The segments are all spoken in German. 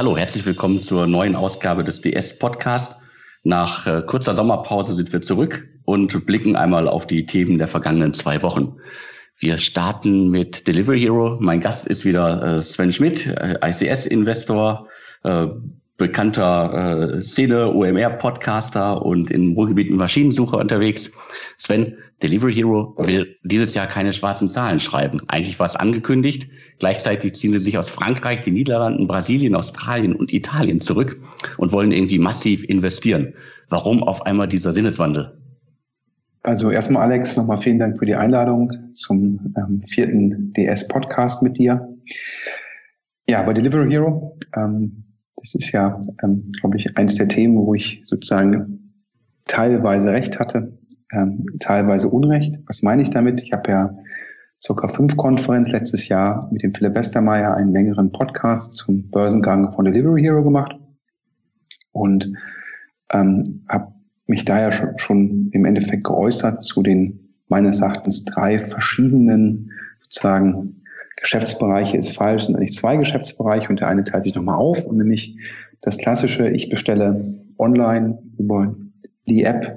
Hallo, herzlich willkommen zur neuen Ausgabe des DS Podcast. Nach kurzer Sommerpause sind wir zurück und blicken einmal auf die Themen der vergangenen 2 Wochen. Wir starten mit Delivery Hero. Mein Gast ist wieder Sven Schmidt, ICS-Investor, bekannter Szene-OMR-Podcaster und im Ruhrgebiet mit Maschinensucher unterwegs. Sven, Delivery Hero will dieses Jahr keine schwarzen Zahlen schreiben. Eigentlich war es angekündigt. Gleichzeitig ziehen sie sich aus Frankreich, den Niederlanden, Brasilien, Australien und Italien zurück und wollen irgendwie massiv investieren. Warum auf einmal dieser Sinneswandel? Also erstmal, Alex, nochmal vielen Dank für die Einladung zum 4. DS-Podcast mit dir. Ja, bei Delivery Hero, das ist ja, glaube ich, eins der Themen, wo ich sozusagen teilweise Recht hatte, teilweise Unrecht. Was meine ich damit? Ich habe ja zur K5-Konferenz letztes Jahr mit dem Philipp Westermeier einen längeren Podcast zum Börsengang von Delivery Hero gemacht und habe mich da ja schon im Endeffekt geäußert zu den meines Erachtens 3 verschiedenen sozusagen Geschäftsbereiche ist falsch, sind eigentlich 2 Geschäftsbereiche und der eine teilt sich nochmal auf, und nämlich das klassische, ich bestelle online über die App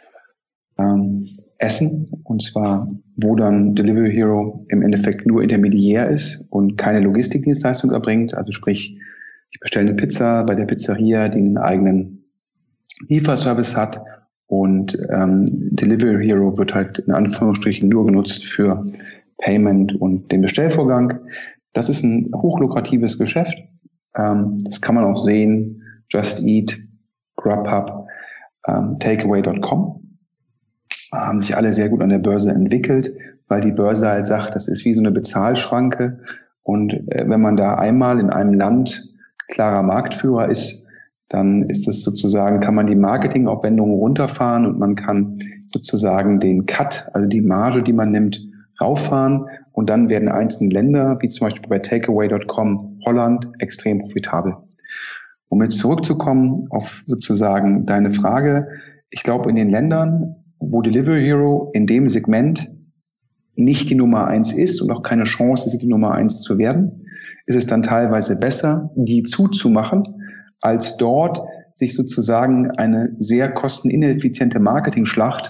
Essen, und zwar wo dann Delivery Hero im Endeffekt nur Intermediär ist und keine Logistikdienstleistung erbringt, also sprich, ich bestelle eine Pizza bei der Pizzeria, die einen eigenen Lieferservice hat, und Delivery Hero wird halt in Anführungsstrichen nur genutzt für Payment und den Bestellvorgang. Das ist ein hochlukratives Geschäft. Das kann man auch sehen. Just Eat, Grubhub, Takeaway.com haben sich alle sehr gut an der Börse entwickelt, weil die Börse halt sagt, das ist wie so eine Bezahlschranke. Und wenn man da einmal in einem Land klarer Marktführer ist, dann ist das sozusagen, kann man die Marketingaufwendungen runterfahren und man kann sozusagen den Cut, also die Marge, die man nimmt, rauffahren, und dann werden einzelne Länder, wie zum Beispiel bei Takeaway.com Holland, extrem profitabel. Um jetzt zurückzukommen auf sozusagen deine Frage, ich glaube, in den Ländern, wo Delivery Hero in dem Segment nicht die Nummer 1 ist und auch keine Chance ist, die Nummer 1 zu werden, ist es dann teilweise besser, die zuzumachen, als dort sich sozusagen eine sehr kostenineffiziente Marketingschlacht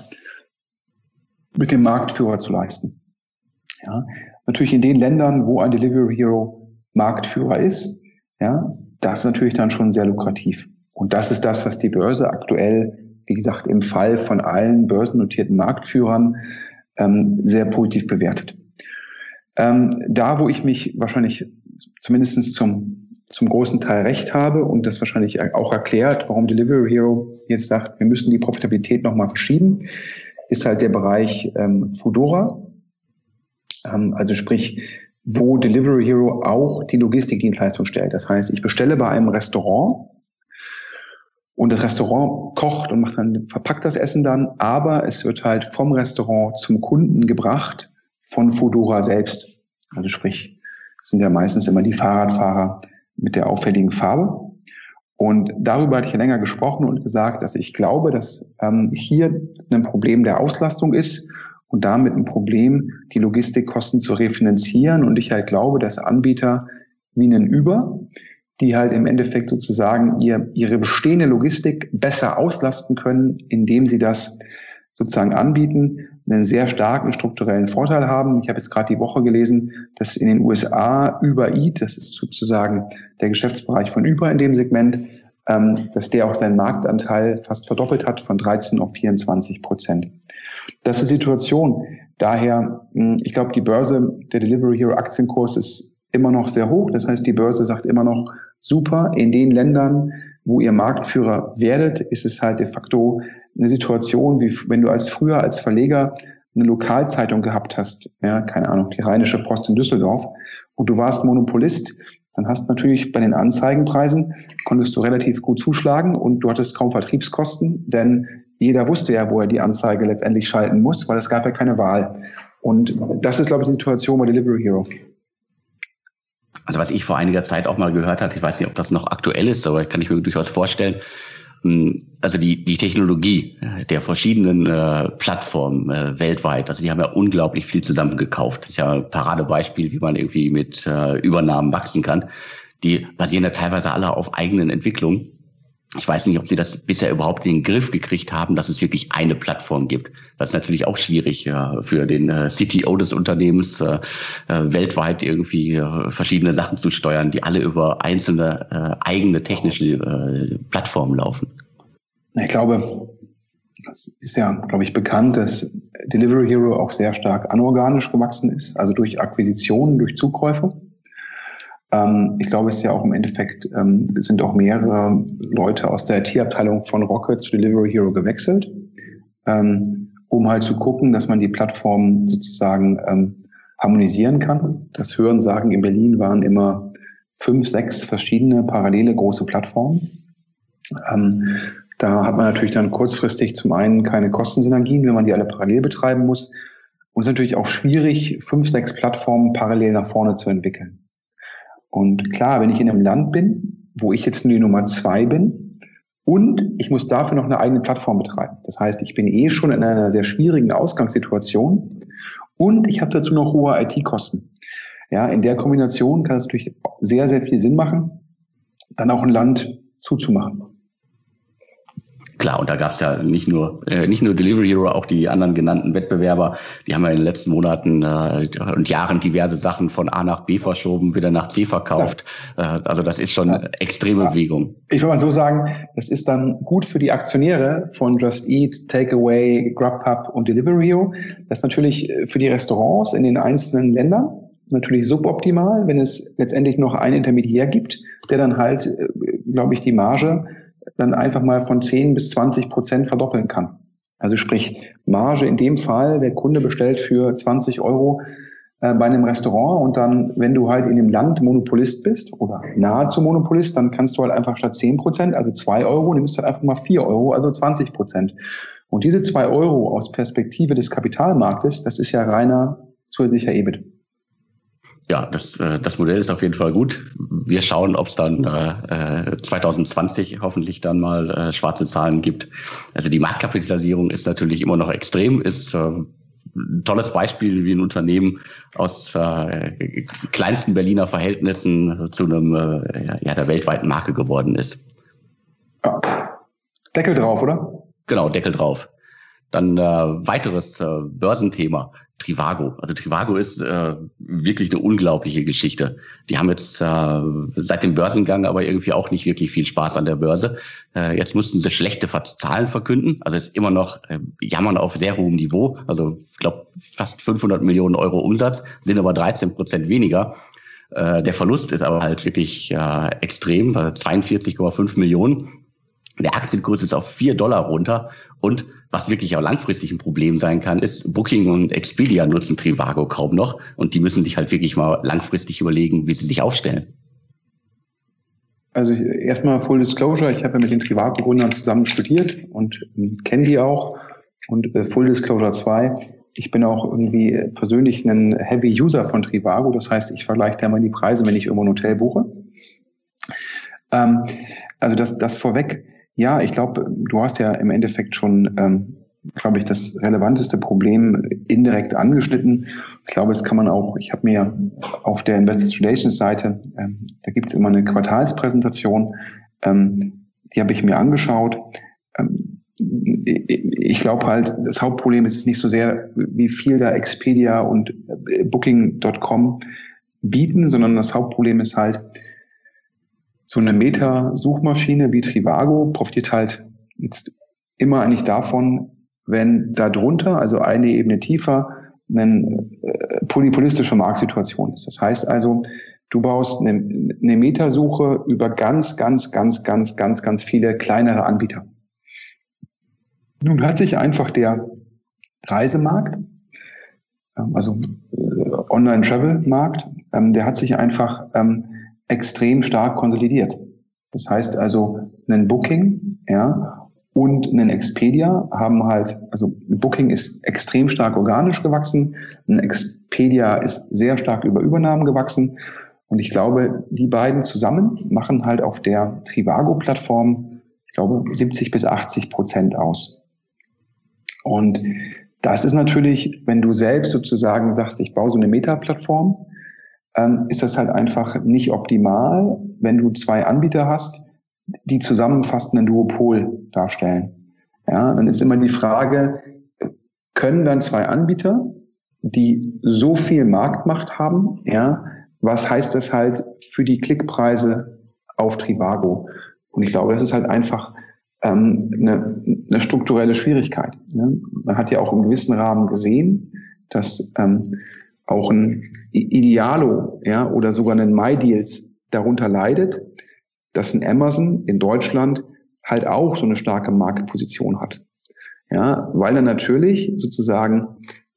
mit dem Marktführer zu leisten. Ja, natürlich in den Ländern, wo ein Delivery Hero Marktführer ist, ja, das ist natürlich dann schon sehr lukrativ. Und das ist das, was die Börse aktuell, wie gesagt, im Fall von allen börsennotierten Marktführern sehr positiv bewertet. Da, wo ich mich wahrscheinlich zumindest zum großen Teil recht habe und das wahrscheinlich auch erklärt, warum Delivery Hero jetzt sagt, wir müssen die Profitabilität nochmal verschieben, ist halt der Bereich Foodora. Also sprich, wo Delivery Hero auch die Logistikdienstleistung stellt. Das heißt, ich bestelle bei einem Restaurant und das Restaurant kocht und verpackt das Essen dann, aber es wird halt vom Restaurant zum Kunden gebracht von Foodora selbst. Also sprich, das sind ja meistens immer die Fahrradfahrer mit der auffälligen Farbe. Und darüber hatte ich ja länger gesprochen und gesagt, dass ich glaube, dass hier ein Problem der Auslastung ist und damit ein Problem, die Logistikkosten zu refinanzieren. Und ich halt glaube, dass Anbieter wie einen Uber, die halt im Endeffekt sozusagen ihre bestehende Logistik besser auslasten können, indem sie das sozusagen anbieten, einen sehr starken strukturellen Vorteil haben. Ich habe jetzt gerade die Woche gelesen, dass in den USA Uber Eats, das ist sozusagen der Geschäftsbereich von Uber in dem Segment, dass der auch seinen Marktanteil fast verdoppelt hat von 13 auf 24%. Das ist die Situation. Daher, ich glaube, die Börse, der Delivery Hero Aktienkurs ist immer noch sehr hoch. Das heißt, die Börse sagt immer noch, super, in den Ländern, wo ihr Marktführer werdet, ist es halt de facto eine Situation, wie wenn du früher als Verleger eine Lokalzeitung gehabt hast, ja, keine Ahnung, die Rheinische Post in Düsseldorf, und du warst Monopolist, dann hast natürlich bei den Anzeigenpreisen, konntest du relativ gut zuschlagen und du hattest kaum Vertriebskosten, denn jeder wusste ja, wo er die Anzeige letztendlich schalten muss, weil es gab ja keine Wahl. Und das ist, glaube ich, die Situation bei Delivery Hero. Also was ich vor einiger Zeit auch mal gehört hatte, ich weiß nicht, ob das noch aktuell ist, aber kann ich mir durchaus vorstellen, also die Technologie der verschiedenen Plattformen weltweit, also die haben ja unglaublich viel zusammengekauft. Das ist ja ein Paradebeispiel, wie man irgendwie mit Übernahmen wachsen kann. Die basieren ja teilweise alle auf eigenen Entwicklungen. Ich weiß nicht, ob sie das bisher überhaupt in den Griff gekriegt haben, dass es wirklich eine Plattform gibt. Das ist natürlich auch schwierig für den CTO des Unternehmens, weltweit irgendwie verschiedene Sachen zu steuern, die alle über einzelne eigene technische Plattformen laufen. Ich glaube, es ist ja, glaube ich, bekannt, dass Delivery Hero auch sehr stark anorganisch gewachsen ist, also durch Akquisitionen, durch Zukäufe. Ich glaube, es ist ja auch im Endeffekt, sind auch mehrere Leute aus der IT-Abteilung von Rocket zu Delivery Hero gewechselt, um halt zu gucken, dass man die Plattform sozusagen harmonisieren kann. Das Hörensagen in Berlin waren immer 5, 6 verschiedene parallele große Plattformen. Da hat man natürlich dann kurzfristig zum einen keine Kostensynergien, wenn man die alle parallel betreiben muss. Und es ist natürlich auch schwierig, 5, 6 Plattformen parallel nach vorne zu entwickeln. Und klar, wenn ich in einem Land bin, wo ich jetzt nur die Nummer 2 bin und ich muss dafür noch eine eigene Plattform betreiben. Das heißt, ich bin schon in einer sehr schwierigen Ausgangssituation und ich habe dazu noch hohe IT-Kosten. Ja, in der Kombination kann es natürlich sehr, sehr viel Sinn machen, dann auch ein Land zuzumachen. Klar, und da gab es ja nicht nur Delivery Hero, auch die anderen genannten Wettbewerber. Die haben ja in den letzten Monaten und Jahren diverse Sachen von A nach B verschoben, wieder nach C verkauft. Ja. Also das ist schon extreme Bewegung. Ich will mal so sagen, das ist dann gut für die Aktionäre von Just Eat, Takeaway, Grubhub und Delivery Hero. Das ist natürlich für die Restaurants in den einzelnen Ländern natürlich suboptimal, wenn es letztendlich noch einen Intermediär gibt, der dann halt, glaube ich, die Marge dann einfach mal von 10-20% verdoppeln kann. Also sprich, Marge in dem Fall, der Kunde bestellt für 20 € bei einem Restaurant und dann, wenn du halt in dem Land Monopolist bist oder nahezu Monopolist, dann kannst du halt einfach statt 10%, also 2 €, nimmst halt einfach mal 4 €, also 20%. Und diese 2 € aus Perspektive des Kapitalmarktes, das ist ja reiner zusätzlicher EBIT. Ja, das Modell ist auf jeden Fall gut. Wir schauen, ob es dann 2020 hoffentlich dann mal schwarze Zahlen gibt. Also die Marktkapitalisierung ist natürlich immer noch extrem, ist ein tolles Beispiel, wie ein Unternehmen aus kleinsten Berliner Verhältnissen zu einem der weltweiten Marke geworden ist. Ja. Deckel drauf, oder? Genau, Deckel drauf. Dann weiteres Börsenthema. Trivago. Also Trivago ist wirklich eine unglaubliche Geschichte. Die haben jetzt seit dem Börsengang aber irgendwie auch nicht wirklich viel Spaß an der Börse. Jetzt mussten sie schlechte Zahlen verkünden. Also ist immer noch Jammern auf sehr hohem Niveau. Also ich glaube fast 500 Millionen € Umsatz, sind aber 13% weniger. Der Verlust ist aber halt wirklich extrem, also 42,5 Millionen. Der Aktienkurs ist auf $4 runter und was wirklich auch langfristig ein Problem sein kann, ist, Booking und Expedia nutzen Trivago kaum noch und die müssen sich halt wirklich mal langfristig überlegen, wie sie sich aufstellen. Also erstmal Full Disclosure, ich habe ja mit den Trivago-Gründern zusammen studiert und kenne die auch. Und Full Disclosure 2, ich bin auch irgendwie persönlich ein Heavy User von Trivago, das heißt, ich vergleiche da mal die Preise, wenn ich irgendwo ein Hotel buche. Also das vorweg. Ja, ich glaube, du hast ja im Endeffekt schon, glaube ich, das relevanteste Problem indirekt angeschnitten. Ich glaube, das kann man auch, ich habe mir auf der Investor Relations Seite, da gibt es immer eine Quartalspräsentation, die habe ich mir angeschaut. Ich glaube halt, das Hauptproblem ist nicht so sehr, wie viel da Expedia und Booking.com bieten, sondern das Hauptproblem ist halt, so eine Meta-Suchmaschine wie Trivago profitiert halt jetzt immer eigentlich davon, wenn da drunter, also eine Ebene tiefer, eine polypolistische Marktsituation ist. Das heißt also, du baust eine Metasuche über ganz viele kleinere Anbieter. Nun hat sich einfach der Reisemarkt, also Online-Travel-Markt, der hat sich einfach extrem stark konsolidiert. Das heißt also, ein Booking, ja, und ein Expedia haben halt, also Booking ist extrem stark organisch gewachsen, ein Expedia ist sehr stark über Übernahmen gewachsen und ich glaube, die beiden zusammen machen halt auf der Trivago-Plattform, ich glaube, 70-80% aus. Und das ist natürlich, wenn du selbst sozusagen sagst, ich baue so eine Meta-Plattform, ist das halt einfach nicht optimal, wenn du zwei Anbieter hast, die zusammenfassend ein Duopol darstellen. Ja, dann ist immer die Frage, können dann zwei Anbieter, die so viel Marktmacht haben, ja, was heißt das halt für die auf Trivago? Und ich glaube, das ist halt einfach eine strukturelle Schwierigkeit. Ne? Man hat ja auch im gewissen Rahmen gesehen, dass auch ein Idealo, ja, oder sogar ein MyDeals darunter leidet, dass ein Amazon in Deutschland halt auch so eine starke Marktposition hat. Ja, weil er natürlich sozusagen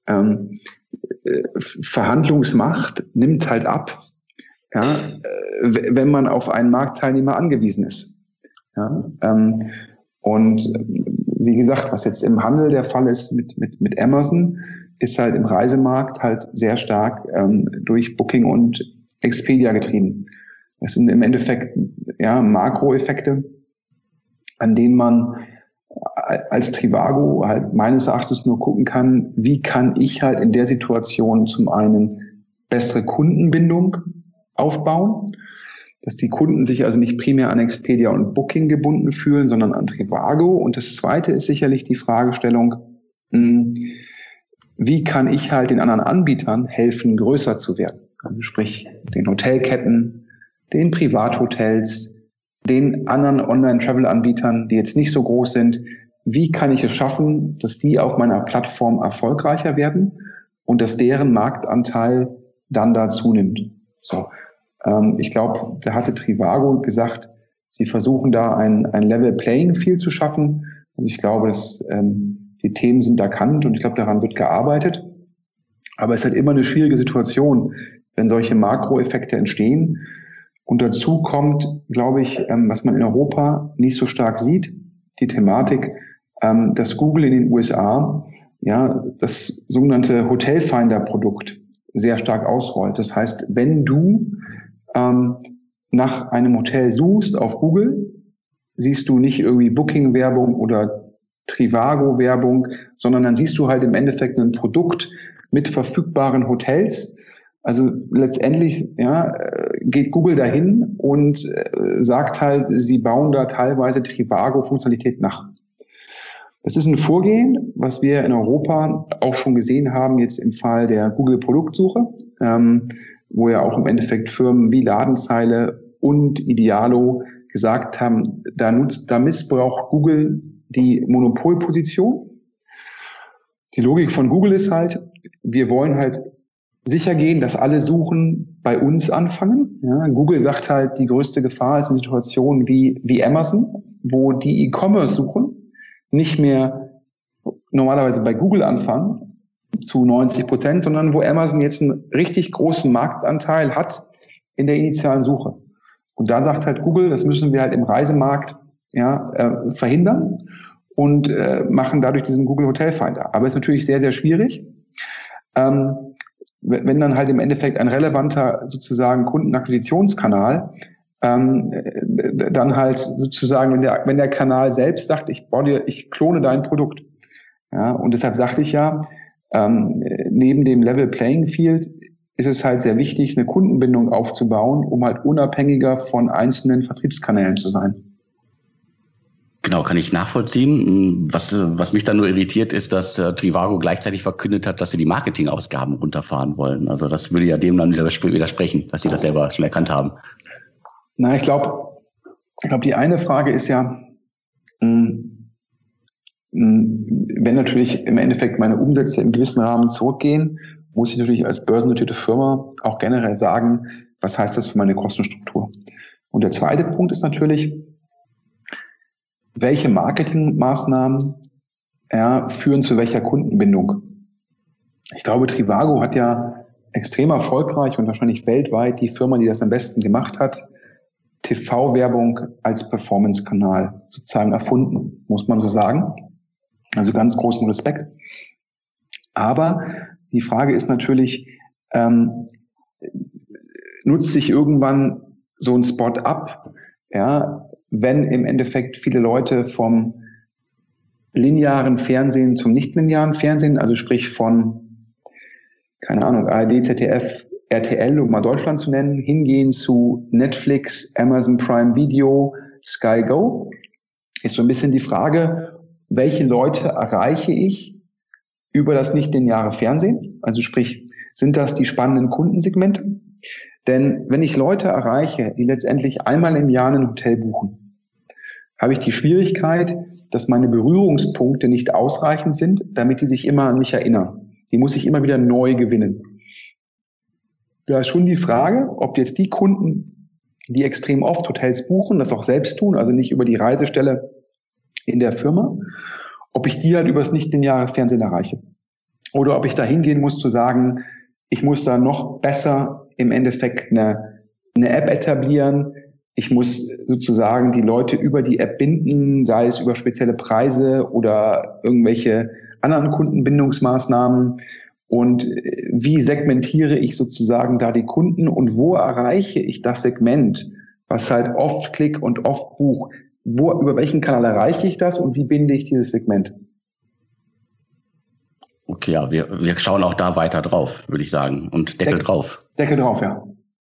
Verhandlungsmacht nimmt halt ab, ja, wenn man auf einen Marktteilnehmer angewiesen ist. Ja, und wie gesagt, was jetzt im Handel der Fall ist mit Amazon, ist halt im Reisemarkt halt sehr stark durch Booking und Expedia getrieben. Das sind im Endeffekt ja Makroeffekte, an denen man als Trivago halt meines Erachtens nur gucken kann, wie kann ich halt in der Situation zum einen bessere Kundenbindung aufbauen, dass die Kunden sich also nicht primär an Expedia und Booking gebunden fühlen, sondern an Trivago. Und das Zweite ist sicherlich die Fragestellung, wie kann ich halt den anderen Anbietern helfen, größer zu werden? Also sprich, den Hotelketten, den Privathotels, den anderen Online-Travel-Anbietern, die jetzt nicht so groß sind. Wie kann ich es schaffen, dass die auf meiner Plattform erfolgreicher werden und dass deren Marktanteil dann da zunimmt? So. Ich glaube, da hatte Trivago gesagt, sie versuchen da ein Level Playing Field zu schaffen. Und ich glaube, dass die Themen sind erkannt und ich glaube, daran wird gearbeitet. Aber es ist halt immer eine schwierige Situation, wenn solche Makroeffekte entstehen. Und dazu kommt, glaube ich, was man in Europa nicht so stark sieht, die Thematik, dass Google in den USA ja das sogenannte Hotelfinder-Produkt sehr stark ausrollt. Das heißt, wenn du nach einem Hotel suchst auf Google, siehst du nicht irgendwie Booking-Werbung oder Trivago-Werbung, sondern dann siehst du halt im Endeffekt ein Produkt mit verfügbaren Hotels. Also letztendlich ja, geht Google dahin und sagt halt, sie bauen da teilweise Trivago-Funktionalität nach. Das ist ein Vorgehen, was wir in Europa auch schon gesehen haben, jetzt im Fall der Google-Produktsuche, wo ja auch im Endeffekt Firmen wie Ladenzeile und Idealo gesagt haben, da missbraucht Google die Monopolposition. Die Logik von Google ist halt, wir wollen halt sicher gehen, dass alle Suchen bei uns anfangen. Ja, Google sagt halt, die größte Gefahr ist in Situationen wie Amazon, wo die E-Commerce-Suchen nicht mehr normalerweise bei Google anfangen, zu 90%, sondern wo Amazon jetzt einen richtig großen Marktanteil hat in der initialen Suche. Und da sagt halt Google, das müssen wir halt im Reisemarkt verhindern und machen dadurch diesen Google Hotel Finder. Aber es ist natürlich sehr, sehr schwierig, wenn dann halt im Endeffekt ein relevanter sozusagen Kundenakquisitionskanal dann halt sozusagen, wenn der Kanal selbst sagt, ich klone dein Produkt. Ja, und deshalb sagte ich ja, neben dem Level Playing Field ist es halt sehr wichtig, eine Kundenbindung aufzubauen, um halt unabhängiger von einzelnen Vertriebskanälen zu sein. Genau, kann ich nachvollziehen. Was mich dann nur irritiert, ist, dass Trivago gleichzeitig verkündet hat, dass sie die Marketingausgaben runterfahren wollen. Also das würde ja dem dann widersprechen, dass sie das selber schon erkannt haben. Na, ich glaube, die eine Frage ist ja, wenn natürlich im Endeffekt meine Umsätze im gewissen Rahmen zurückgehen, muss ich natürlich als börsennotierte Firma auch generell sagen, was heißt das für meine Kostenstruktur? Und der zweite Punkt ist natürlich, welche Marketingmaßnahmen führen zu welcher Kundenbindung? Ich glaube, Trivago hat ja extrem erfolgreich und wahrscheinlich weltweit die Firma, die das am besten gemacht hat, TV-Werbung als Performance-Kanal sozusagen erfunden, muss man so sagen. Also ganz großen Respekt. Aber die Frage ist natürlich, nutzt sich irgendwann so ein Spot ab, ja, wenn im Endeffekt viele Leute vom linearen Fernsehen zum nicht-linearen Fernsehen, also sprich von, keine Ahnung, ARD, ZDF, RTL, um mal Deutschland zu nennen, hingehen zu Netflix, Amazon Prime Video, Sky Go, ist so ein bisschen die Frage, welche Leute erreiche ich über das nicht-lineare Fernsehen? Also sprich, sind das die spannenden Kundensegmente? Denn wenn ich Leute erreiche, die letztendlich einmal im Jahr ein Hotel buchen, habe ich die Schwierigkeit, dass meine Berührungspunkte nicht ausreichend sind, damit die sich immer an mich erinnern. Die muss ich immer wieder neu gewinnen. Da ist schon die Frage, ob jetzt die Kunden, die extrem oft Hotels buchen, das auch selbst tun, also nicht über die Reisestelle in der Firma, ob ich die halt über das nicht-lineare Fernsehen erreiche. Oder ob ich da hingehen muss zu sagen, ich muss da noch besser im Endeffekt eine App etablieren. Ich muss sozusagen die Leute über die App binden, sei es über spezielle Preise oder irgendwelche anderen Kundenbindungsmaßnahmen. Und wie segmentiere ich sozusagen da die Kunden und wo erreiche ich das Segment, was halt oft Klick und oft Buch, über welchen Kanal erreiche ich das und wie binde ich dieses Segment? Okay, ja, wir schauen auch da weiter drauf, würde ich sagen, und Deckel drauf. Deckel drauf, ja.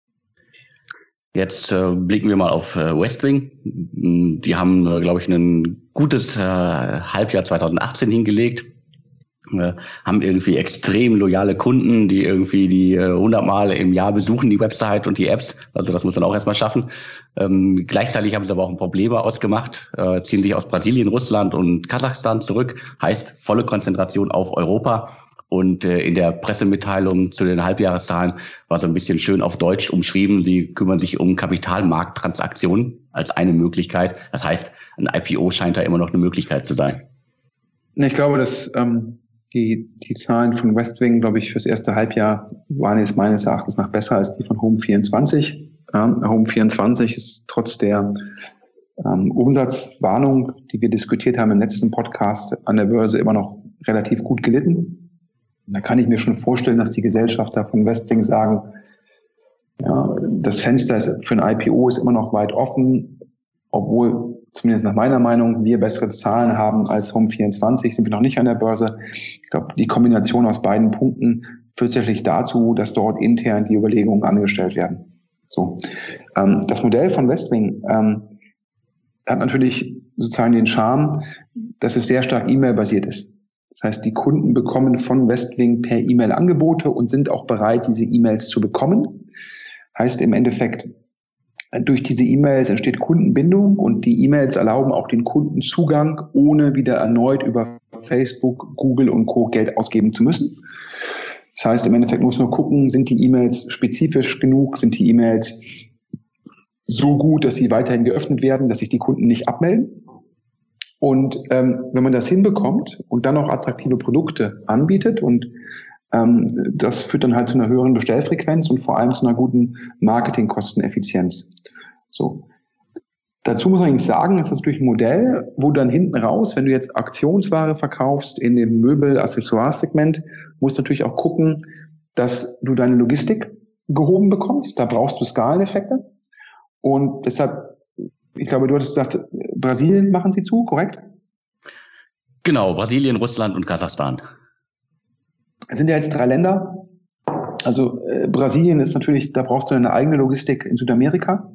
Jetzt blicken wir mal auf Westwing. Die haben, glaube ich, ein gutes Halbjahr 2018 hingelegt. Haben irgendwie extrem loyale Kunden, die irgendwie die 100 Mal im Jahr besuchen, die Website und die Apps. Also das muss man auch erstmal schaffen. Gleichzeitig haben sie aber auch ein Probleme ausgemacht, ziehen sich aus Brasilien, Russland und Kasachstan zurück. Heißt volle Konzentration auf Europa. Und in der Pressemitteilung zu den Halbjahreszahlen war so ein bisschen schön auf Deutsch umschrieben. Sie kümmern sich um Kapitalmarkttransaktionen als eine Möglichkeit. Das heißt, ein IPO scheint da immer noch eine Möglichkeit zu sein. Ich glaube, dass die Zahlen von Westwing, glaube ich, fürs erste Halbjahr waren jetzt meines Erachtens nach besser als die von Home24. Home24 ist trotz der Umsatzwarnung, die wir diskutiert haben im letzten Podcast, an der Börse immer noch relativ gut gelitten. Da kann ich mir schon vorstellen, dass die Gesellschafter von Westwing sagen, ja, das Fenster für ein IPO ist immer noch weit offen, obwohl zumindest nach meiner Meinung wir bessere Zahlen haben als Home24, sind wir noch nicht an der Börse. Ich glaube, die Kombination aus beiden Punkten führt sicherlich dazu, dass dort intern die Überlegungen angestellt werden. So, das Modell von Westwing hat natürlich sozusagen den Charme, dass es sehr stark E-Mail-basiert ist. Das heißt, die Kunden bekommen von Westwing per E-Mail Angebote und sind auch bereit, diese E-Mails zu bekommen. Heißt im Endeffekt, durch diese E-Mails entsteht Kundenbindung und die E-Mails erlauben auch den Kunden Zugang, ohne wieder erneut über Facebook, Google und Co. Geld ausgeben zu müssen. Das heißt, im Endeffekt muss man gucken, sind die E-Mails spezifisch genug, sind die E-Mails so gut, dass sie weiterhin geöffnet werden, dass sich die Kunden nicht abmelden. Und wenn man das hinbekommt und dann noch attraktive Produkte anbietet und das führt dann halt zu einer höheren Bestellfrequenz und vor allem zu einer guten Marketingkosteneffizienz. So. Dazu muss man eigentlich sagen, ist das natürlich ein Modell, wo dann hinten raus, wenn du jetzt Aktionsware verkaufst in dem Möbel-Accessoires-Segment, musst du natürlich auch gucken, dass du deine Logistik gehoben bekommst. Da brauchst du Skaleneffekte. Und deshalb, ich glaube, du hattest gesagt, Brasilien machen sie zu, korrekt? Genau, Brasilien, Russland und Kasachstan. Es sind ja jetzt 3 Länder. Also Brasilien ist natürlich, da brauchst du eine eigene Logistik in Südamerika.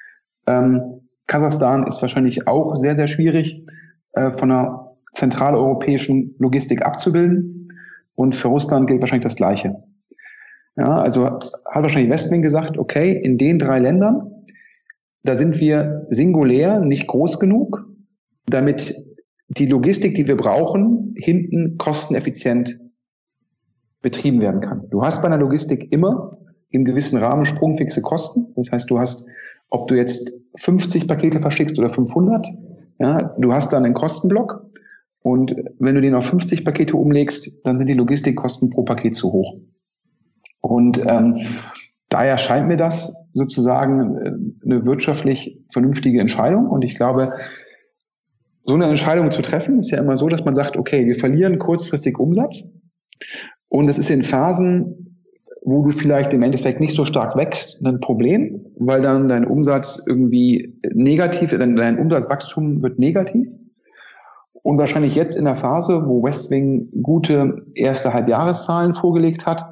Kasachstan ist wahrscheinlich auch sehr, sehr schwierig von einer zentraleuropäischen Logistik abzubilden. Und für Russland gilt wahrscheinlich das Gleiche. Ja, also hat wahrscheinlich Westwing gesagt, okay, in den 3 Ländern, da sind wir singulär nicht groß genug, damit die Logistik, die wir brauchen, hinten kosteneffizient betrieben werden kann. Du hast bei einer Logistik immer im gewissen Rahmen sprungfixe Kosten. Das heißt, du hast, ob du jetzt 50 Pakete verschickst oder 500, ja, du hast dann einen Kostenblock. Und wenn du den auf 50 Pakete umlegst, dann sind die Logistikkosten pro Paket zu hoch. Und daher scheint mir das sozusagen eine wirtschaftlich vernünftige Entscheidung. Und ich glaube, so eine Entscheidung zu treffen, ist ja immer so, dass man sagt, okay, wir verlieren kurzfristig Umsatz. Und das ist in Phasen, wo du vielleicht im Endeffekt nicht so stark wächst, ein Problem, weil dann dein Umsatz irgendwie negativ, dein Umsatzwachstum wird negativ. Und wahrscheinlich jetzt in der Phase, wo Westwing gute erste Halbjahreszahlen vorgelegt hat,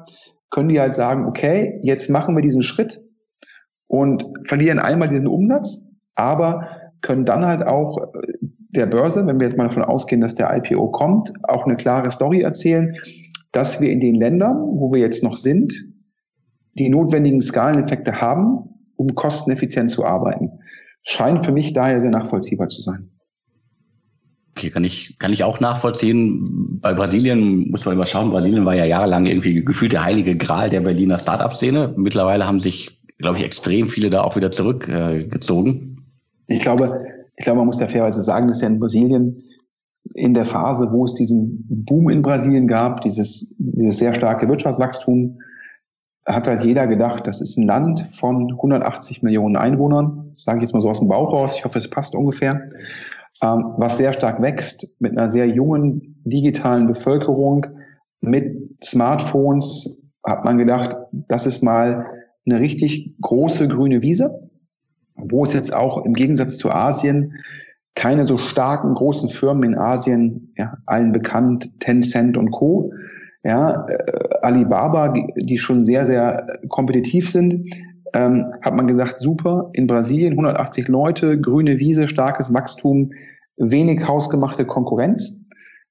können die halt sagen, okay, jetzt machen wir diesen Schritt und verlieren einmal diesen Umsatz, aber können dann halt auch der Börse, wenn wir jetzt mal davon ausgehen, dass der IPO kommt, auch eine klare Story erzählen, dass wir in den Ländern, wo wir jetzt noch sind, die notwendigen Skaleneffekte haben, um kosteneffizient zu arbeiten. Scheint für mich daher sehr nachvollziehbar zu sein. Okay, kann ich auch nachvollziehen. Bei Brasilien muss man immer schauen. Brasilien war ja jahrelang irgendwie gefühlt der heilige Gral der Berliner Start-up-Szene. Mittlerweile haben sich, glaube ich, extrem viele da auch wieder zurückgezogen. Ich glaube, man muss ja fairerweise sagen, dass ja in Brasilien in der Phase, wo es diesen Boom in Brasilien gab, dieses sehr starke Wirtschaftswachstum, hat halt jeder gedacht, das ist ein Land von 180 Millionen Einwohnern. Das sage ich jetzt mal so aus dem Bauch raus. Ich hoffe, es passt ungefähr. Was sehr stark wächst, mit einer sehr jungen digitalen Bevölkerung, mit Smartphones, hat man gedacht, das ist mal eine richtig große grüne Wiese, wo es jetzt auch im Gegensatz zu Asien keine so starken großen Firmen in Asien, ja, allen bekannt, Tencent und Co., ja, Alibaba, die schon sehr, sehr kompetitiv sind, hat man gesagt, super, in Brasilien 180 Leute, grüne Wiese, starkes Wachstum, wenig hausgemachte Konkurrenz.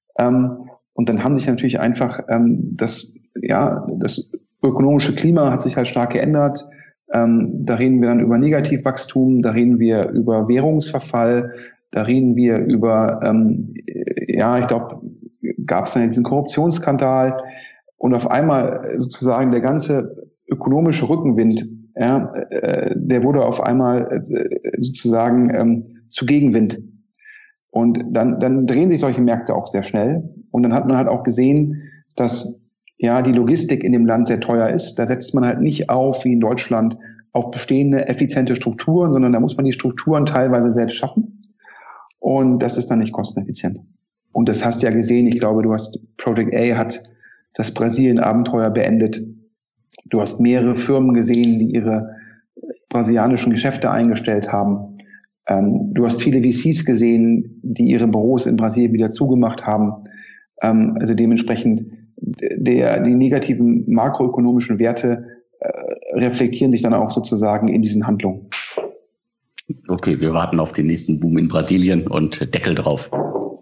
Und dann haben sich natürlich einfach das ökonomische Klima hat sich halt stark geändert. Da reden wir dann über Negativwachstum, da reden wir über Währungsverfall, da reden wir über, ich glaube, gab es dann diesen Korruptionsskandal und auf einmal sozusagen der ganze ökonomische Rückenwind, ja, der wurde auf einmal sozusagen zu Gegenwind. Und dann drehen sich solche Märkte auch sehr schnell. Und dann hat man halt auch gesehen, dass ja die Logistik in dem Land sehr teuer ist. Da setzt man halt nicht auf, wie in Deutschland, auf bestehende, effiziente Strukturen, sondern da muss man die Strukturen teilweise selbst schaffen. Und das ist dann nicht kosteneffizient. Und das hast du ja gesehen. Ich glaube, Project A hat das Brasilien-Abenteuer beendet. Du hast mehrere Firmen gesehen, die ihre brasilianischen Geschäfte eingestellt haben. Du hast viele VCs gesehen, die ihre Büros in Brasilien wieder zugemacht haben. Also dementsprechend die negativen makroökonomischen Werte reflektieren sich dann auch sozusagen in diesen Handlungen. Okay, wir warten auf den nächsten Boom in Brasilien und Deckel drauf.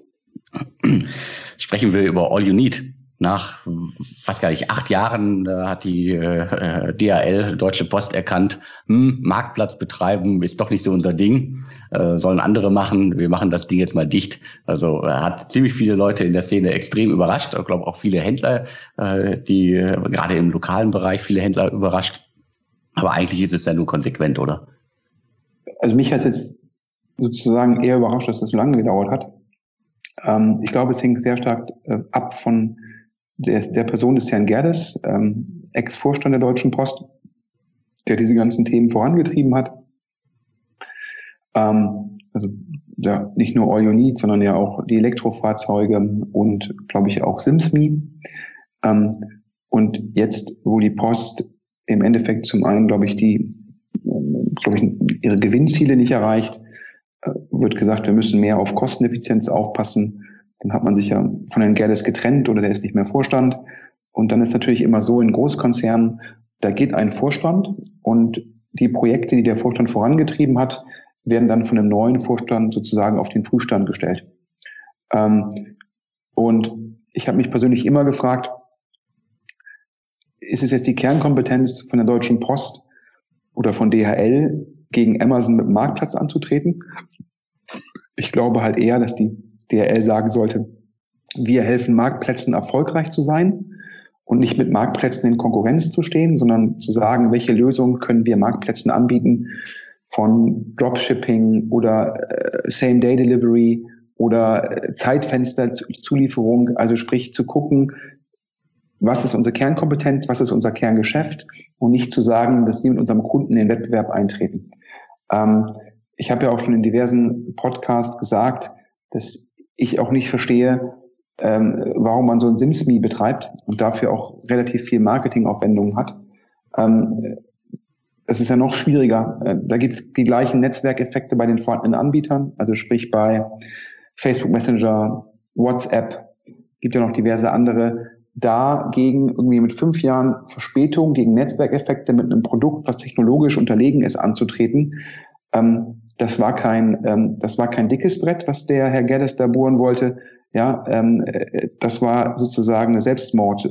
Sprechen wir über All You Need. Nach, 8 Jahren hat die DHL, Deutsche Post, erkannt, Marktplatz betreiben ist doch nicht so unser Ding, sollen andere machen, wir machen das Ding jetzt mal dicht. Also hat ziemlich viele Leute in der Szene extrem überrascht, ich glaube auch viele Händler, die gerade im lokalen Bereich viele Händler überrascht. Aber eigentlich ist es ja nur konsequent, oder? Also mich hat es jetzt sozusagen eher überrascht, dass das so lange gedauert hat. Ich glaube, es hängt sehr stark ab von der Person des Herrn Gerdes, Ex-Vorstand der Deutschen Post, der diese ganzen Themen vorangetrieben hat. Also ja, nicht nur All You Need, sondern ja auch die Elektrofahrzeuge und, glaube ich, auch SimSme. Und jetzt, wo die Post im Endeffekt zum einen, glaube ich, ihre Gewinnziele nicht erreicht, wird gesagt, wir müssen mehr auf Kosteneffizienz aufpassen. Dann hat man sich ja von Herrn Gerdes getrennt oder der ist nicht mehr Vorstand. Und dann ist natürlich immer so in Großkonzernen, da geht ein Vorstand und die Projekte, die der Vorstand vorangetrieben hat, werden dann von einem neuen Vorstand sozusagen auf den Prüfstand gestellt. Und ich habe mich persönlich immer gefragt, ist es jetzt die Kernkompetenz von der Deutschen Post oder von DHL gegen Amazon mit dem Marktplatz anzutreten? Ich glaube halt eher, dass die DHL sagen sollte, wir helfen Marktplätzen erfolgreich zu sein und nicht mit Marktplätzen in Konkurrenz zu stehen, sondern zu sagen, welche Lösungen können wir Marktplätzen anbieten von Dropshipping oder Same-Day-Delivery oder Zeitfensterzulieferung, also sprich zu gucken, was ist unsere Kernkompetenz, was ist unser Kerngeschäft und nicht zu sagen, dass wir mit unserem Kunden in den Wettbewerb eintreten. Ich habe ja auch schon in diversen Podcasts gesagt, dass ich auch nicht verstehe, warum man so ein SimSme betreibt und dafür auch relativ viel Marketingaufwendungen hat. Es ist ja noch schwieriger. Da gibt es die gleichen Netzwerkeffekte bei den vorhandenen Anbietern, also sprich bei Facebook Messenger, WhatsApp, gibt ja noch diverse andere. dagegen irgendwie mit 5 Jahren Verspätung gegen Netzwerkeffekte mit einem Produkt, was technologisch unterlegen ist, anzutreten. Das war kein dickes Brett, was der Herr Geddes da bohren wollte. Ja, das war sozusagen eine Selbstmord,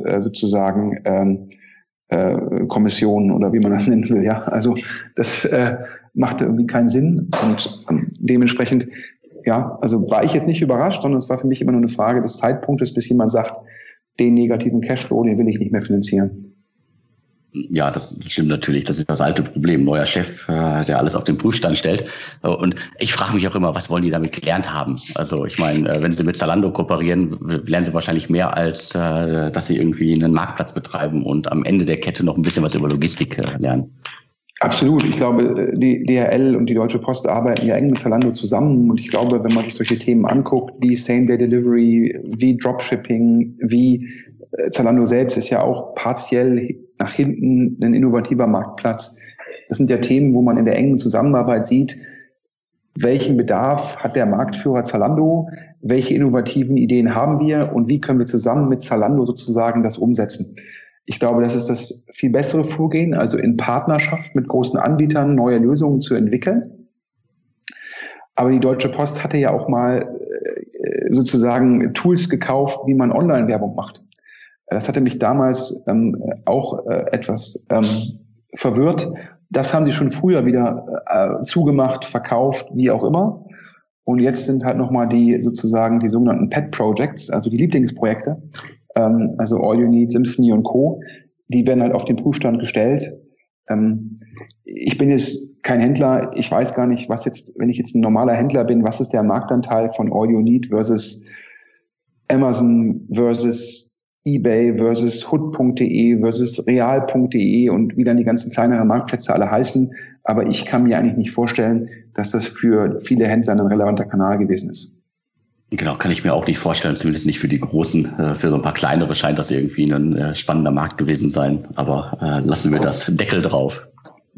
Kommission oder wie man das nennen will. Ja, also das machte irgendwie keinen Sinn und dementsprechend, ja, also war ich jetzt nicht überrascht, sondern es war für mich immer nur eine Frage des Zeitpunktes, bis jemand sagt, den negativen Cashflow, den will ich nicht mehr finanzieren. Ja, das stimmt natürlich. Das ist das alte Problem. Neuer Chef, der alles auf den Prüfstand stellt. Und ich frage mich auch immer, was wollen die damit gelernt haben? Also ich meine, wenn sie mit Zalando kooperieren, lernen sie wahrscheinlich mehr, als dass sie irgendwie einen Marktplatz betreiben und am Ende der Kette noch ein bisschen was über Logistik lernen. Absolut. Ich glaube, die DHL und die Deutsche Post arbeiten ja eng mit Zalando zusammen. Und ich glaube, wenn man sich solche Themen anguckt, wie Same-Day-Delivery, wie Dropshipping, wie Zalando selbst ist ja auch partiell nach hinten ein innovativer Marktplatz. Das sind ja Themen, wo man in der engen Zusammenarbeit sieht, welchen Bedarf hat der Marktführer Zalando, welche innovativen Ideen haben wir und wie können wir zusammen mit Zalando sozusagen das umsetzen. Ich glaube, das ist das viel bessere Vorgehen, also in Partnerschaft mit großen Anbietern neue Lösungen zu entwickeln. Aber die Deutsche Post hatte ja auch mal sozusagen Tools gekauft, wie man Online-Werbung macht. Das hatte mich damals auch etwas verwirrt. Das haben sie schon früher wieder zugemacht, verkauft, wie auch immer. Und jetzt sind halt nochmal die sogenannten Pet Projects, also die Lieblingsprojekte, also All You Need, SimSme und Co., die werden halt auf den Prüfstand gestellt. Ich bin jetzt kein Händler, ich weiß gar nicht, was jetzt, wenn ich jetzt ein normaler Händler bin, was ist der Marktanteil von All You Need versus Amazon versus eBay versus hood.de versus real.de und wie dann die ganzen kleineren Marktplätze alle heißen. Aber ich kann mir eigentlich nicht vorstellen, dass das für viele Händler ein relevanter Kanal gewesen ist. Genau, kann ich mir auch nicht vorstellen, zumindest nicht für die Großen. Für so ein paar kleinere scheint das irgendwie ein spannender Markt gewesen sein. Aber lassen wir das Deckel drauf.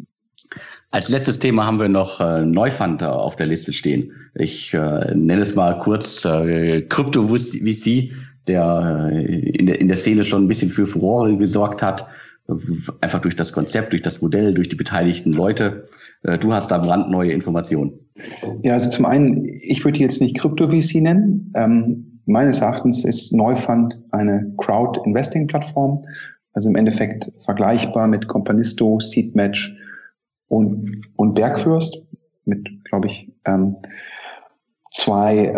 Als letztes Thema haben wir noch Neufund auf der Liste stehen. Ich nenne es mal kurz Krypto-VC, der in der Szene schon ein bisschen für Furore gesorgt hat, einfach durch das Konzept, durch das Modell, durch die beteiligten Leute. Du hast da brandneue Informationen. Ja, also zum einen, ich würde die jetzt nicht Krypto-VC nennen. Meines Erachtens ist Neufund eine Crowd-Investing-Plattform, also im Endeffekt vergleichbar mit Companisto, Seedmatch und Bergfürst mit, glaube ich, zwei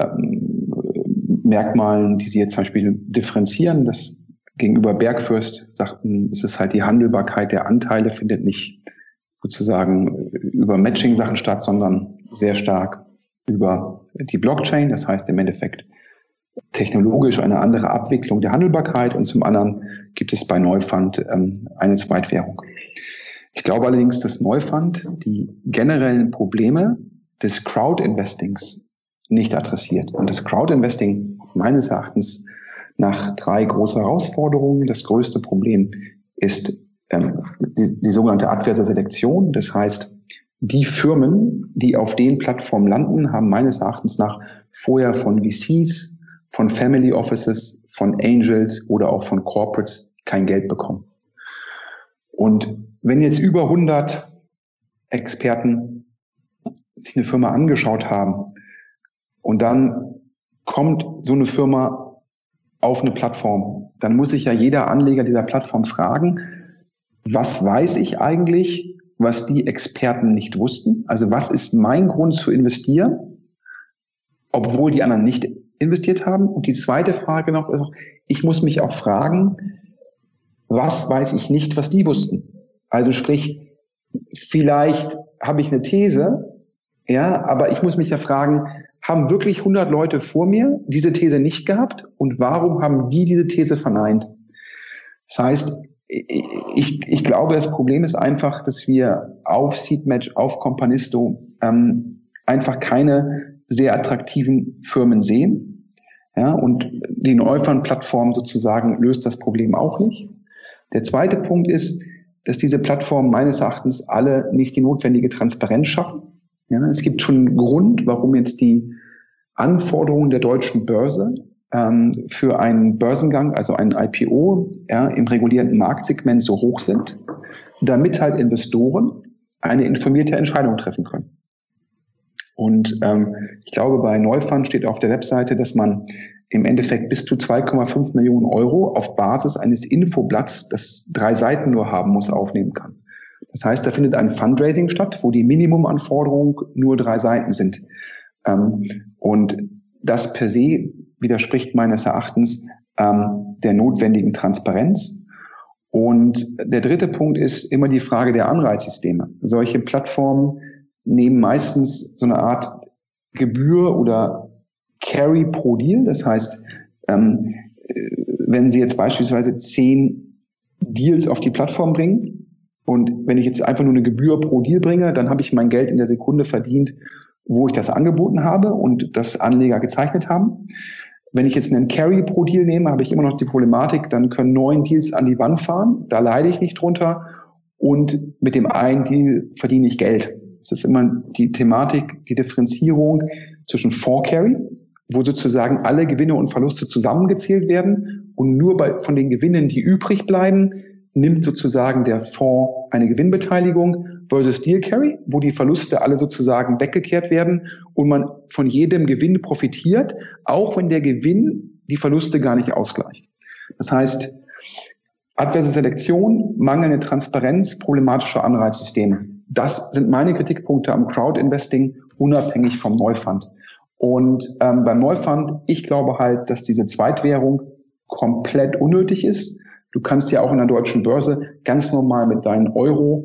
Merkmalen, die sie jetzt zum Beispiel differenzieren. Das gegenüber Bergfürst sagten, ist es halt die Handelbarkeit der Anteile, findet nicht sozusagen über Matching-Sachen statt, sondern sehr stark über die Blockchain. Das heißt im Endeffekt technologisch eine andere Abwicklung der Handelbarkeit und zum anderen gibt es bei Neufund eine Zweitwährung. Ich glaube allerdings, dass Neufund die generellen Probleme des Crowd-Investings nicht adressiert. Und das Crowd-Investing meines Erachtens nach 3 große Herausforderungen. Das größte Problem ist die sogenannte adverse Selektion. Das heißt, die Firmen, die auf den Plattformen landen, haben meines Erachtens nach vorher von VCs, von Family Offices, von Angels oder auch von Corporates kein Geld bekommen. Und wenn jetzt über 100 Experten sich eine Firma angeschaut haben und dann kommt so eine Firma auf eine Plattform, dann muss sich ja jeder Anleger dieser Plattform fragen, was weiß ich eigentlich, was die Experten nicht wussten? Also was ist mein Grund zu investieren, obwohl die anderen nicht investiert haben? Und die zweite Frage noch ist, ich muss mich auch fragen, was weiß ich nicht, was die wussten? Also sprich, vielleicht habe ich eine These, ja, aber ich muss mich ja fragen, haben wirklich 100 Leute vor mir diese These nicht gehabt und warum haben die diese These verneint? Das heißt, ich glaube, das Problem ist einfach, dass wir auf Seedmatch, auf Companisto einfach keine sehr attraktiven Firmen sehen. Ja, und die Neufund-Plattform sozusagen löst das Problem auch nicht. Der zweite Punkt ist, dass diese Plattformen meines Erachtens alle nicht die notwendige Transparenz schaffen. Ja, es gibt schon einen Grund, warum jetzt die Anforderungen der deutschen Börse für einen Börsengang, also einen IPO, im regulierten Marktsegment so hoch sind, damit halt Investoren eine informierte Entscheidung treffen können. Und ich glaube, bei Neufund steht auf der Webseite, dass man im Endeffekt bis zu 2,5 Millionen Euro auf Basis eines Infoblatts, das 3 Seiten nur haben muss, aufnehmen kann. Das heißt, da findet ein Fundraising statt, wo die Minimumanforderungen nur 3 Seiten sind. Und das per se widerspricht meines Erachtens der notwendigen Transparenz. Und der dritte Punkt ist immer die Frage der Anreizsysteme. Solche Plattformen nehmen meistens so eine Art Gebühr oder Carry pro Deal. Das heißt, wenn Sie jetzt beispielsweise 10 Deals auf die Plattform bringen und wenn ich jetzt einfach nur eine Gebühr pro Deal bringe, dann habe ich mein Geld in der Sekunde verdient, wo ich das angeboten habe und das Anleger gezeichnet haben. Wenn ich jetzt einen Carry pro Deal nehme, habe ich immer noch die Problematik, dann können 9 Deals an die Wand fahren, da leide ich nicht drunter und mit dem einen Deal verdiene ich Geld. Das ist immer die Thematik, die Differenzierung zwischen Fonds-Carry, wo sozusagen alle Gewinne und Verluste zusammengezählt werden und nur von den Gewinnen, die übrig bleiben, nimmt sozusagen der Fonds eine Gewinnbeteiligung versus Deal Carry, wo die Verluste alle sozusagen weggekehrt werden und man von jedem Gewinn profitiert, auch wenn der Gewinn die Verluste gar nicht ausgleicht. Das heißt, adverse Selektion, mangelnde Transparenz, problematische Anreizsysteme. Das sind meine Kritikpunkte am Crowd-Investing, unabhängig vom Neufund. Und beim Neufund, ich glaube halt, dass diese Zweitwährung komplett unnötig ist. Du kannst ja auch in der deutschen Börse ganz normal mit deinen Euro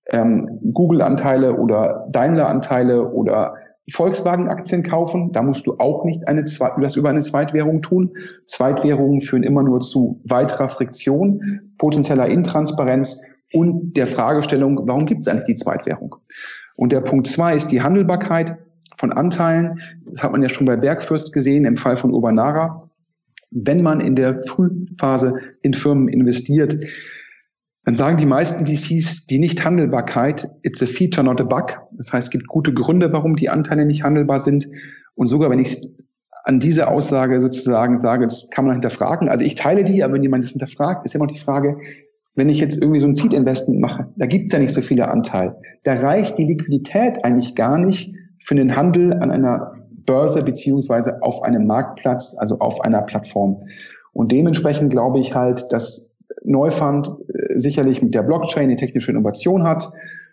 Google-Anteile oder Daimler-Anteile oder Volkswagen-Aktien kaufen. Da musst du auch nicht das über eine Zweitwährung tun. Zweitwährungen führen immer nur zu weiterer Friktion, potenzieller Intransparenz und der Fragestellung, warum gibt es eigentlich die Zweitwährung? Und der Punkt 2 ist die Handelbarkeit von Anteilen. Das hat man ja schon bei Bergfürst gesehen, im Fall von Urbanara. Wenn man in der Frühphase in Firmen investiert, dann sagen die meisten VCs, die Nicht-Handelbarkeit, it's a feature, not a bug. Das heißt, es gibt gute Gründe, warum die Anteile nicht handelbar sind. Und sogar wenn ich an diese Aussage sozusagen sage, das kann man hinterfragen. Also ich teile die, aber wenn jemand das hinterfragt, ist immer noch die Frage, wenn ich jetzt irgendwie so ein Seed-Investment mache, da gibt es ja nicht so viele Anteile. Da reicht die Liquidität eigentlich gar nicht für den Handel an einer Börse beziehungsweise auf einem Marktplatz, also auf einer Plattform. Und dementsprechend glaube ich halt, dass Neufund sicherlich mit der Blockchain die technische Innovation hat.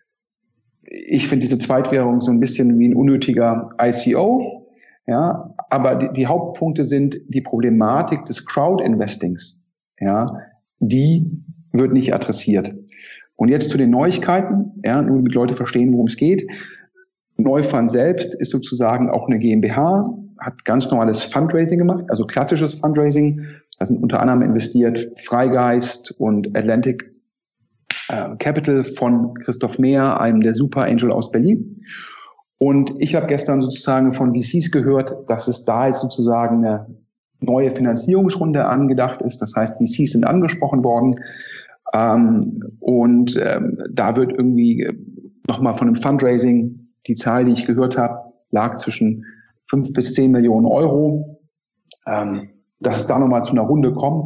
Ich finde diese Zweitwährung so ein bisschen wie ein unnötiger ICO. Ja, aber die Hauptpunkte sind die Problematik des Crowd-Investings. Ja, die wird nicht adressiert. Und jetzt zu den Neuigkeiten. Ja, nur damit Leute verstehen, worum es geht. Neufund selbst ist sozusagen auch eine GmbH, hat ganz normales Fundraising gemacht, also klassisches Fundraising. Da sind unter anderem investiert Freigeist und Atlantic Capital von Christoph Mehr, einem der Super Angel aus Berlin. Und ich habe gestern sozusagen von VCs gehört, dass es da jetzt sozusagen eine neue Finanzierungsrunde angedacht ist. Das heißt, VCs sind angesprochen worden. Da wird irgendwie nochmal von einem Fundraising, die Zahl, die ich gehört habe, lag zwischen 5 bis 10 Millionen Euro. Dass es da nochmal zu einer Runde kommt.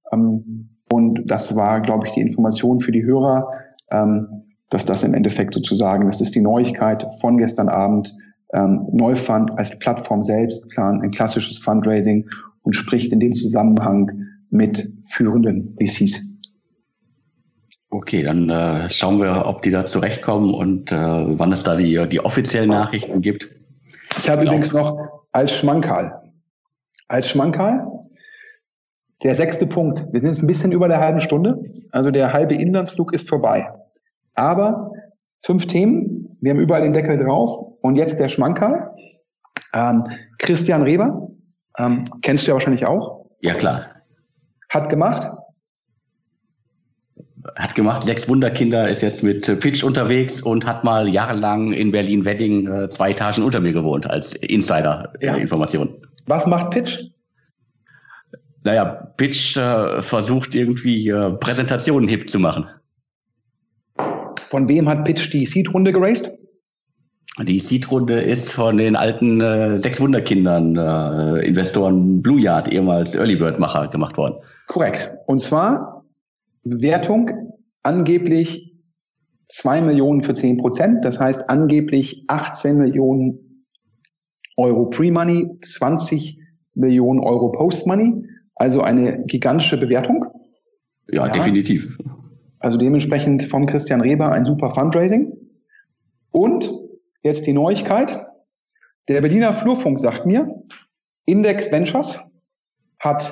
Und das war, glaube ich, die Information für die Hörer, dass das im Endeffekt sozusagen, das ist die Neuigkeit von gestern Abend, Neufund als Plattform selbst planen ein klassisches Fundraising und spricht in dem Zusammenhang mit führenden VCs. Okay, dann schauen wir, ob die da zurechtkommen und wann es da die offiziellen Nachrichten gibt. Ich habe übrigens noch als Schmankerl, der 6. Punkt. Wir sind jetzt ein bisschen über der halben Stunde. Also der halbe Inlandsflug ist vorbei. Aber 5 Themen. Wir haben überall den Deckel drauf. Und jetzt der Schmankerl. Christian Reber. Kennst du ja wahrscheinlich auch. Ja, klar. Hat gemacht. 6 Wunderkinder, ist jetzt mit Pitch unterwegs und hat mal jahrelang in Berlin-Wedding 2 Etagen unter mir gewohnt als Insider-Information. Was macht Pitch? Naja, Pitch versucht irgendwie Präsentationen hip zu machen. Von wem hat Pitch die Seed-Runde geraced? Die Seed-Runde ist von den alten 6 Wunderkindern, Investoren Blue Yard, ehemals Early Bird-Macher, gemacht worden. Korrekt. Und zwar Bewertung angeblich 2 Millionen für 10%. Das heißt angeblich 18 Millionen Euro Pre-Money, 20 Millionen Euro Post-Money. Also eine gigantische Bewertung. Ja, definitiv. Also dementsprechend vom Christian Reber ein super Fundraising. Und jetzt die Neuigkeit. Der Berliner Flurfunk sagt mir, Index Ventures hat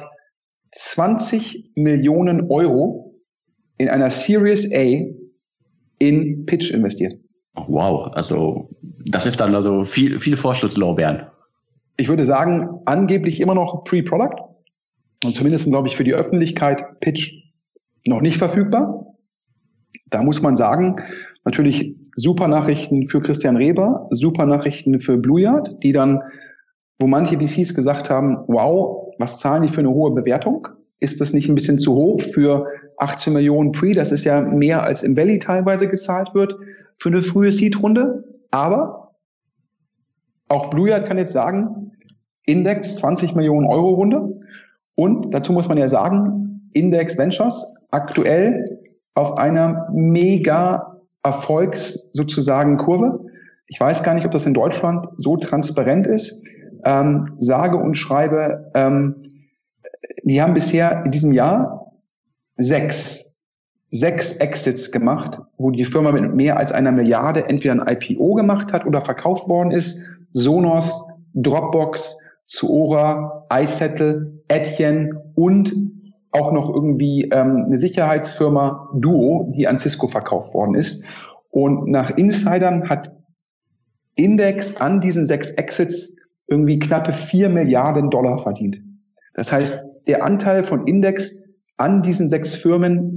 20 Millionen Euro in einer Series A in Pitch investiert. Wow, also das ist dann also viel Vorschusslorbeeren. Ich würde sagen, angeblich immer noch Pre-Product und zumindest, glaube ich, für die Öffentlichkeit Pitch noch nicht verfügbar. Da muss man sagen, natürlich super Nachrichten für Christian Reber, super Nachrichten für Blue Yard, die dann, wo manche VCs gesagt haben, wow, was zahlen die für eine hohe Bewertung? Ist das nicht ein bisschen zu hoch für 18 Millionen Pre? Das ist ja mehr als im Valley teilweise gezahlt wird für eine frühe Seed-Runde. Aber auch Blue Yard kann jetzt sagen, Index 20 Millionen Euro Runde. Und dazu muss man ja sagen, Index Ventures aktuell auf einer mega sozusagen Kurve. Ich weiß gar nicht, ob das in Deutschland so transparent ist. Sage und schreibe, die haben bisher in diesem Jahr sechs Exits gemacht, wo die Firma mit mehr als 1 Milliarde entweder ein IPO gemacht hat oder verkauft worden ist. Sonos, Dropbox, Zuora, iSettle, Etienne und auch noch irgendwie eine Sicherheitsfirma Duo, die an Cisco verkauft worden ist. Und nach Insidern hat Index an diesen 6 Exits irgendwie knappe $4 Milliarden verdient. Das heißt, der Anteil von Index an diesen 6 Firmen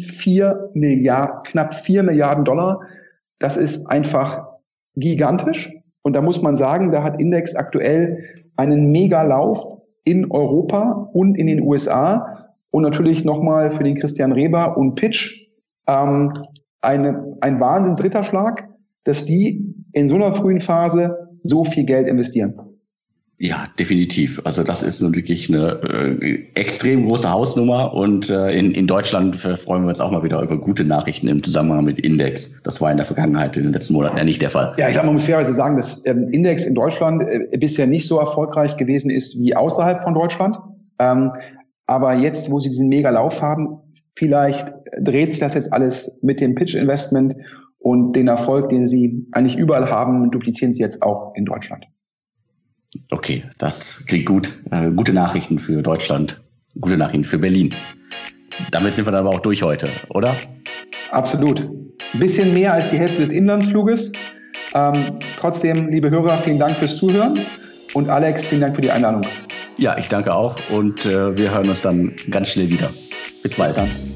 knapp $4 Milliarden. Das ist einfach gigantisch. Und da muss man sagen, da hat Index aktuell einen Megalauf in Europa und in den USA. Und natürlich nochmal für den Christian Reber und Pitch ein Wahnsinns-Ritterschlag, dass die in so einer frühen Phase so viel Geld investieren. Ja, definitiv. Also das ist nun wirklich eine extrem große Hausnummer und in Deutschland freuen wir uns auch mal wieder über gute Nachrichten im Zusammenhang mit Index. Das war in der Vergangenheit, in den letzten Monaten ja nicht der Fall. Ja, ich glaube, man muss fairerweise sagen, dass Index in Deutschland bisher nicht so erfolgreich gewesen ist wie außerhalb von Deutschland. Aber jetzt, wo sie diesen Megalauf haben, vielleicht dreht sich das jetzt alles mit dem Pitch-Investment und den Erfolg, den sie eigentlich überall haben, duplizieren sie jetzt auch in Deutschland. Okay, das klingt gut. Gute Nachrichten für Deutschland, gute Nachrichten für Berlin. Damit sind wir dann aber auch durch heute, oder? Absolut. Ein bisschen mehr als die Hälfte des Inlandsfluges. Trotzdem, liebe Hörer, vielen Dank fürs Zuhören. Und Alex, vielen Dank für die Einladung. Ja, ich danke auch und wir hören uns dann ganz schnell wieder. Bis bald. Bis dann.